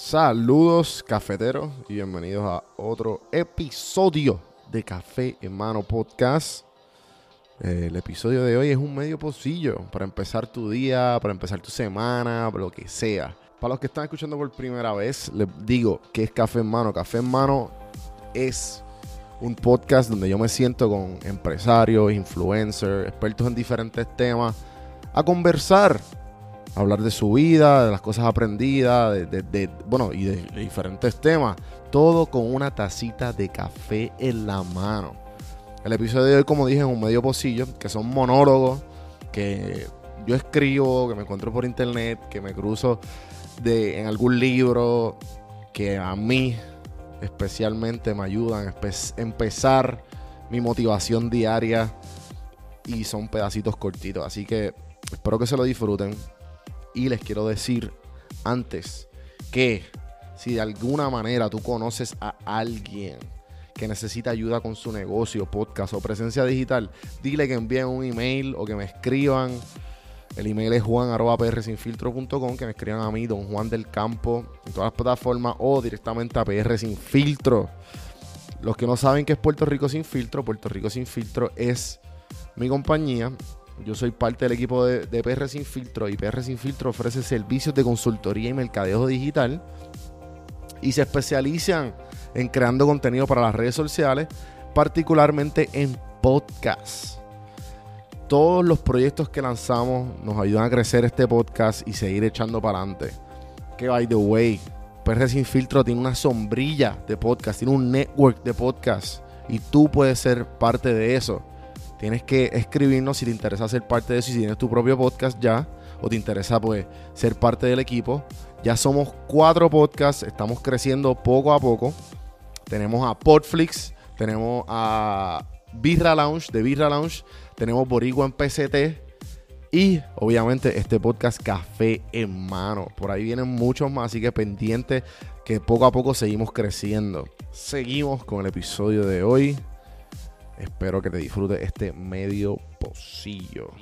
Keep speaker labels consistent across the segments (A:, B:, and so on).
A: Saludos cafeteros y bienvenidos a otro episodio de Café en Mano Podcast. El episodio de hoy es un medio pocillo para empezar tu día, para empezar tu semana, lo que sea. Para los que están escuchando por primera vez, les digo que es Café en Mano. Café en Mano es un podcast donde yo me siento con empresarios, influencers, expertos en diferentes temas a conversar. Hablar de su vida, de las cosas aprendidas, y de diferentes temas. Todo con una tacita de café en la mano. El episodio de hoy, como dije, es un medio pocillo, que son monólogos que yo escribo, que me encuentro por internet, que me cruzo en algún libro, que a mí especialmente me ayudan a empezar mi motivación diaria. Y son pedacitos cortitos, así que espero que se lo disfruten. Y les quiero decir antes que si de alguna manera tú conoces a alguien que necesita ayuda con su negocio, podcast o presencia digital, dile que envíen un email o que me escriban. El email es juan@prsinfiltro.com, que me escriban a mí, Don Juan del Campo, en todas las plataformas o directamente a PR Sin Filtro. Los que no saben qué es Puerto Rico Sin Filtro es mi compañía. Yo soy parte del equipo de PR Sin Filtro y PR Sin Filtro ofrece servicios de consultoría y mercadeo digital y se especializan en creando contenido para las redes sociales, particularmente en podcast. Todos los proyectos que lanzamos nos ayudan a crecer este podcast y seguir echando para adelante. Que by the way, PR Sin Filtro tiene una sombrilla de podcast, tiene un network de podcast y tú puedes ser parte de eso. Tienes que escribirnos si te interesa ser parte de eso y si tienes tu propio podcast ya o te interesa pues ser parte del equipo. Ya somos 4 podcasts, estamos creciendo poco a poco. Tenemos a Podflix, tenemos a Birra Lounge, tenemos Boricua en PCT y obviamente este podcast Café en Mano. Por ahí vienen muchos más, así que pendiente que poco a poco seguimos creciendo. Seguimos con el episodio de hoy. Espero que te disfrutes este medio pocillo.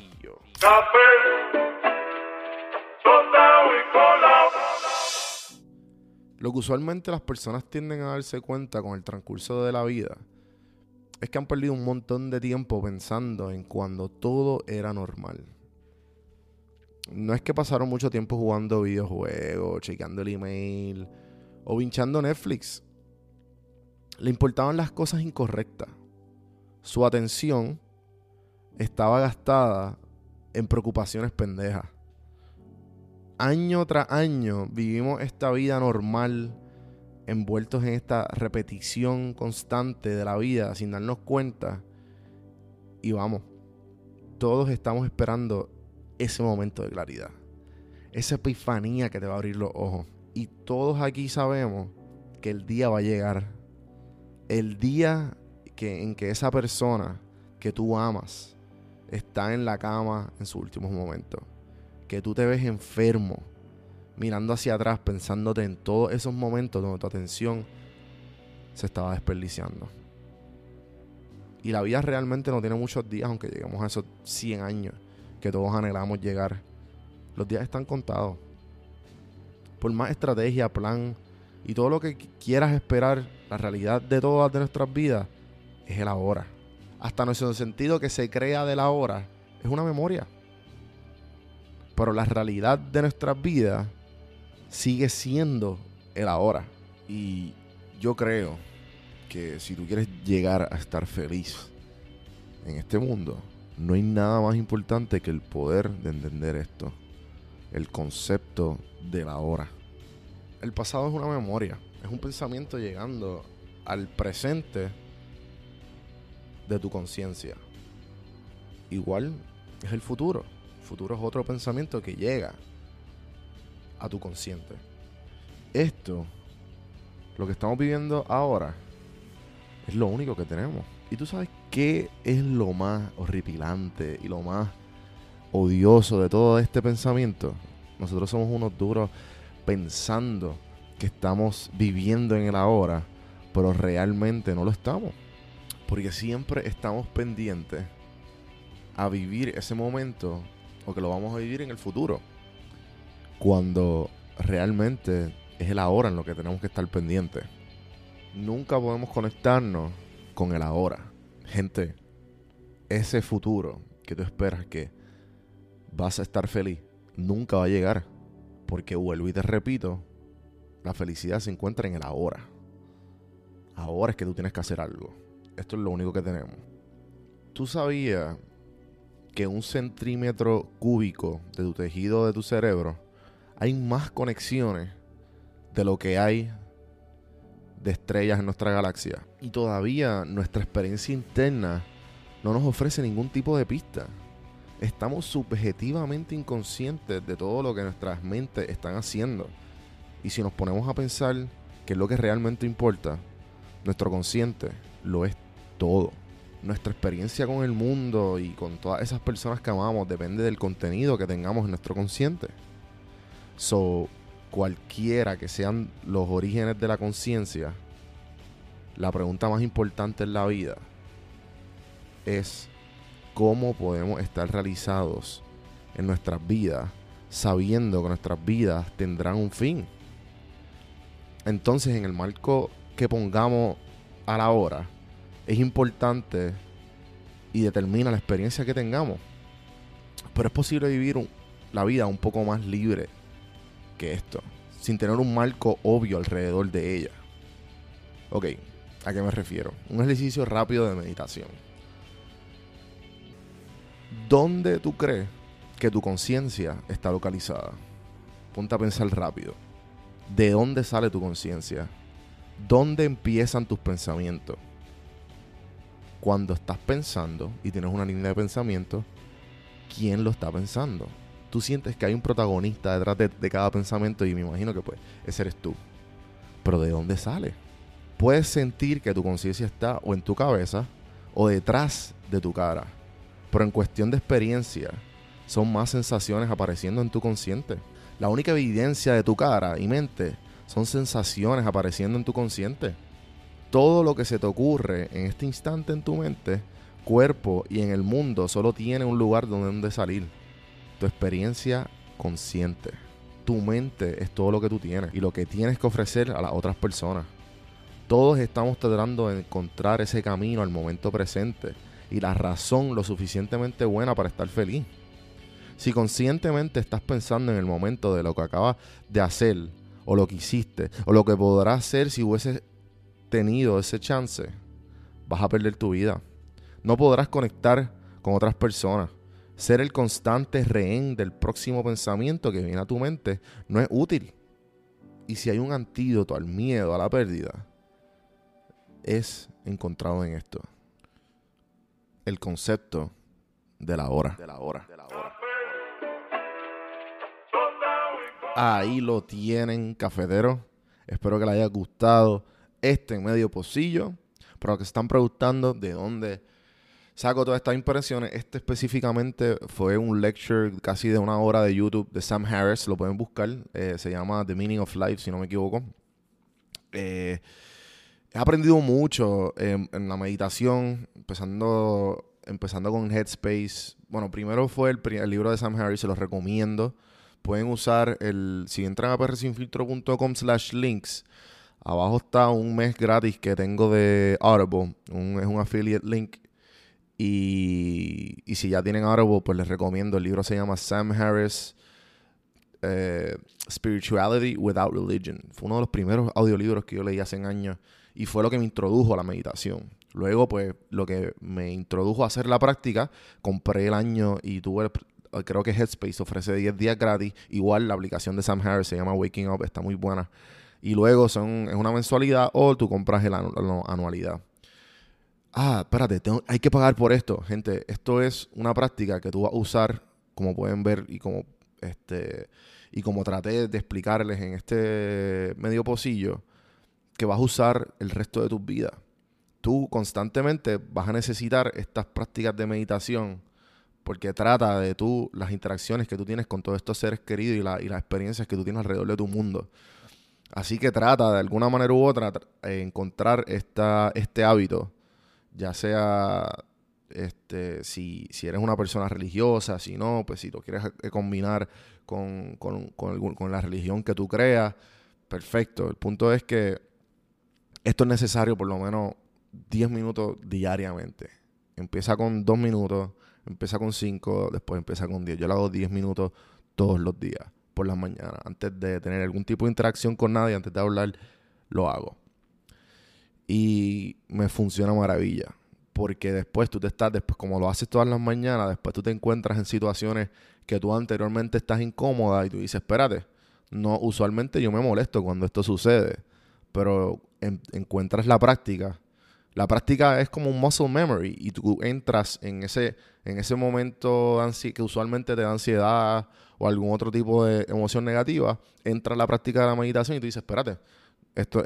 A: Lo que usualmente las personas tienden a darse cuenta con el transcurso de la vida es que han perdido un montón de tiempo pensando en cuando todo era normal. No es que pasaron mucho tiempo jugando videojuegos, chequeando el email o binchando Netflix. Le importaban las cosas incorrectas. Su atención estaba gastada en preocupaciones pendejas. Año tras año vivimos esta vida normal, envueltos en esta repetición constante de la vida sin darnos cuenta. Y vamos, todos estamos esperando ese momento de claridad, esa epifanía que te va a abrir los ojos. Y todos aquí sabemos que el día va a llegar. El día en que esa persona que tú amas está en la cama en sus últimos momentos, que tú te ves enfermo, mirando hacia atrás, pensándote en todos esos momentos donde tu atención se estaba desperdiciando. Y la vida realmente no tiene muchos días, aunque lleguemos a esos 100 años que todos anhelamos llegar. Los días están contados. Por más estrategia, plan y todo lo que quieras esperar, la realidad de todas de nuestras vidas es el ahora. Hasta nuestro sentido que se crea del ahora es una memoria. Pero la realidad de nuestras vidas sigue siendo el ahora. Y yo creo que si tú quieres llegar a estar feliz en este mundo, no hay nada más importante que el poder de entender esto. El concepto del ahora. El pasado es una memoria. Es un pensamiento llegando al presente de tu conciencia. Igual es el futuro. El futuro es otro pensamiento que llega a tu consciente. Esto, lo que estamos viviendo ahora, es lo único que tenemos. Y tú sabes qué es lo más horripilante y lo más odioso de todo este pensamiento. Nosotros somos unos duros pensando que estamos viviendo en el ahora, pero realmente no lo estamos. Porque siempre estamos pendientes a vivir ese momento o que lo vamos a vivir en el futuro. Cuando realmente Es el ahora en lo que tenemos que estar pendientes. Nunca podemos conectarnos con el ahora. Gente, ese futuro que tú esperas que vas a estar feliz, nunca va a llegar. Porque vuelvo y te repito, la felicidad se encuentra en el ahora. Ahora es que tú tienes que hacer algo. Esto es lo único que tenemos. ¿Tú sabías que 1 centímetro cúbico de tu tejido de tu cerebro hay más conexiones de lo que hay de estrellas en nuestra galaxia? Y todavía nuestra experiencia interna no nos ofrece ningún tipo de pista. Estamos subjetivamente inconscientes de todo lo que nuestras mentes están haciendo. Y si nos ponemos a pensar qué es lo que realmente importa, nuestro consciente lo es todo. Nuestra experiencia con el mundo y con todas esas personas que amamos depende del contenido que tengamos en nuestro consciente. So, cualquiera que sean los orígenes de la conciencia, la pregunta más importante en la vida es cómo podemos estar realizados en nuestras vidas sabiendo que nuestras vidas tendrán un fin. Entonces, en el marco que pongamos a la hora, es importante y determina la experiencia que tengamos. Pero es posible vivir la vida un poco más libre que esto, sin tener un marco obvio alrededor de ella. Ok, ¿a qué me refiero? Un ejercicio rápido de meditación. ¿Dónde tú crees que tu conciencia está localizada? Ponte a pensar rápido. ¿De dónde sale tu conciencia? ¿Dónde empiezan tus pensamientos? Cuando estás pensando y tienes una línea de pensamiento, ¿quién lo está pensando? Tú sientes que hay un protagonista detrás de cada pensamiento y me imagino que pues ese eres tú. Pero ¿de dónde sale? Puedes sentir que tu conciencia está o en tu cabeza o detrás de tu cara. Pero en cuestión de experiencia, son más sensaciones apareciendo en tu consciente. La única evidencia de tu cara y mente son sensaciones apareciendo en tu consciente. Todo lo que se te ocurre en este instante en tu mente, cuerpo y en el mundo solo tiene un lugar donde salir. Tu experiencia consciente. Tu mente es todo lo que tú tienes y lo que tienes que ofrecer a las otras personas. Todos estamos tratando de encontrar ese camino al momento presente y la razón lo suficientemente buena para estar feliz. Si conscientemente estás pensando en el momento de lo que acabas de hacer, o lo que hiciste, o lo que podrás hacer si hubieses tenido ese chance, vas a perder tu vida. No podrás conectar con otras personas. Ser el constante rehén del próximo pensamiento que viene a tu mente no es útil. Y si hay un antídoto al miedo, a la pérdida, es encontrado en esto. El concepto de la hora. Ahí lo tienen, cafeteros. Espero que les haya gustado este medio pocillo. Para los que se están preguntando de dónde saco todas estas impresiones, este específicamente fue un lecture casi de 1 hora de YouTube de Sam Harris. Lo pueden buscar. Se llama The Meaning of Life, si no me equivoco. He aprendido mucho en la meditación, empezando con Headspace. Bueno, primero fue el libro de Sam Harris, se los recomiendo. Pueden usar si entran a prsinfiltro.com/links, abajo está un mes gratis que tengo de Audible. Es un affiliate link. Y si ya tienen Audible, pues les recomiendo. El libro se llama Sam Harris Spirituality Without Religion. Fue uno de los primeros audiolibros que yo leí hace años y fue lo que me introdujo a la meditación. Luego, pues, lo que me introdujo a hacer la práctica, compré el año y creo que Headspace ofrece 10 días gratis. Igual la aplicación de Sam Harris se llama Waking Up, está muy buena. Y luego es una mensualidad o tú compras la anualidad. Espérate, hay que pagar por esto. Gente, esto es una práctica que tú vas a usar, como pueden ver y como traté de explicarles en este medio pocillo, que vas a usar el resto de tus vidas. Tú constantemente vas a necesitar estas prácticas de meditación porque trata de las interacciones que tú tienes con todos estos seres queridos y las experiencias que tú tienes alrededor de tu mundo. Así que trata de alguna manera u otra encontrar este hábito, ya sea si eres una persona religiosa, si no, pues si lo quieres combinar con la religión que tú creas, perfecto. El punto es que esto es necesario por lo menos 10 minutos diariamente. Empieza con 2 minutos, empieza con 5, después empieza con 10. Yo lo hago 10 minutos todos los días, por las mañanas. Antes de tener algún tipo de interacción con nadie, antes de hablar, lo hago. Y me funciona maravilla. Porque después después como lo haces todas las mañanas, después tú te encuentras en situaciones que tú anteriormente estás incómoda y tú dices, espérate, no, usualmente yo me molesto cuando esto sucede, pero encuentras la práctica. La práctica es como un muscle memory y tú entras en ese momento que usualmente te da ansiedad o algún otro tipo de emoción negativa, entra la práctica de la meditación y tú dices, espérate, esto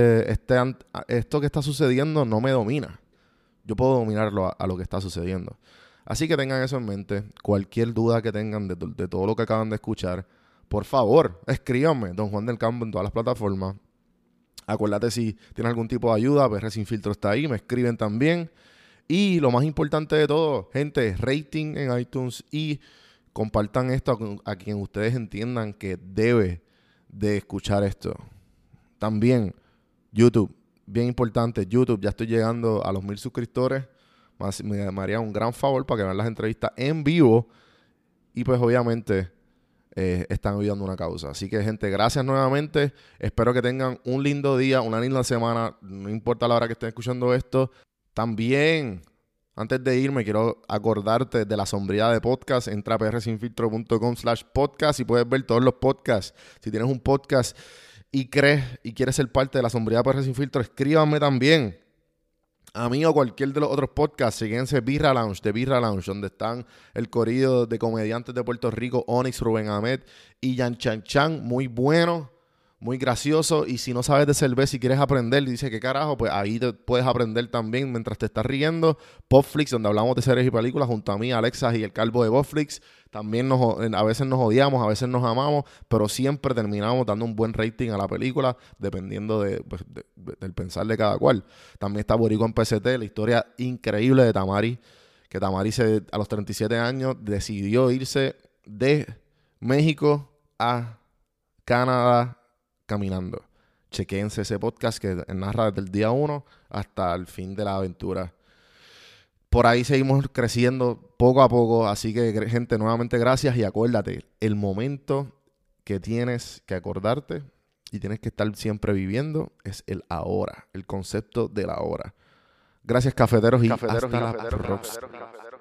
A: que está sucediendo no me domina. Yo puedo dominarlo a lo que está sucediendo. Así que tengan eso en mente. Cualquier duda que tengan de todo lo que acaban de escuchar, por favor, escríbanme, Don Juan del Campo, en todas las plataformas. Acuérdate, si tienes algún tipo de ayuda, PR Sin Filtro está ahí, me escriben también. Y lo más importante de todo, gente, rating en iTunes y compartan esto a quien ustedes entiendan que debe de escuchar esto. También, YouTube. Bien importante, YouTube, ya estoy llegando a los 1000 suscriptores. Me haría un gran favor para que vean las entrevistas en vivo. Y pues obviamente están ayudando una causa. Así que, gente, gracias nuevamente. Espero que tengan un lindo día, una linda semana. No importa la hora que estén escuchando esto. También, antes de irme, quiero acordarte de la sombría de podcast. Entra a prsinfiltro.com/podcast y puedes ver todos los podcasts. Si tienes un podcast y quieres ser parte de la sombría PR Sin Filtro, escríbanme también. A mí o cualquier de los otros podcasts, síguense Birra Lounge, donde están el corrido de comediantes de Puerto Rico, Onyx, Rubén Ahmed y Yan Chan Chan. Muy bueno, muy gracioso. Y si no sabes de cerveza y quieres aprender, dice, ¿qué carajo? Pues ahí te puedes aprender también mientras te estás riendo. Popflix, donde hablamos de series y películas, junto a mí, Alexas y el calvo de Popflix. También a veces nos odiamos, a veces nos amamos, pero siempre terminamos dando un buen rating a la película, dependiendo del pensar de cada cual. También está Boricua en PCT, la historia increíble de Tamari, que Tamari a los 37 años decidió irse de México a Canadá caminando. Chequéense ese podcast que narra desde el día 1 hasta el fin de la aventura. Por ahí seguimos creciendo poco a poco, así que, gente, nuevamente gracias y acuérdate, el momento que tienes que acordarte y tienes que estar siempre viviendo es el ahora, el concepto del ahora. Gracias, cafeteros, y hasta la próxima.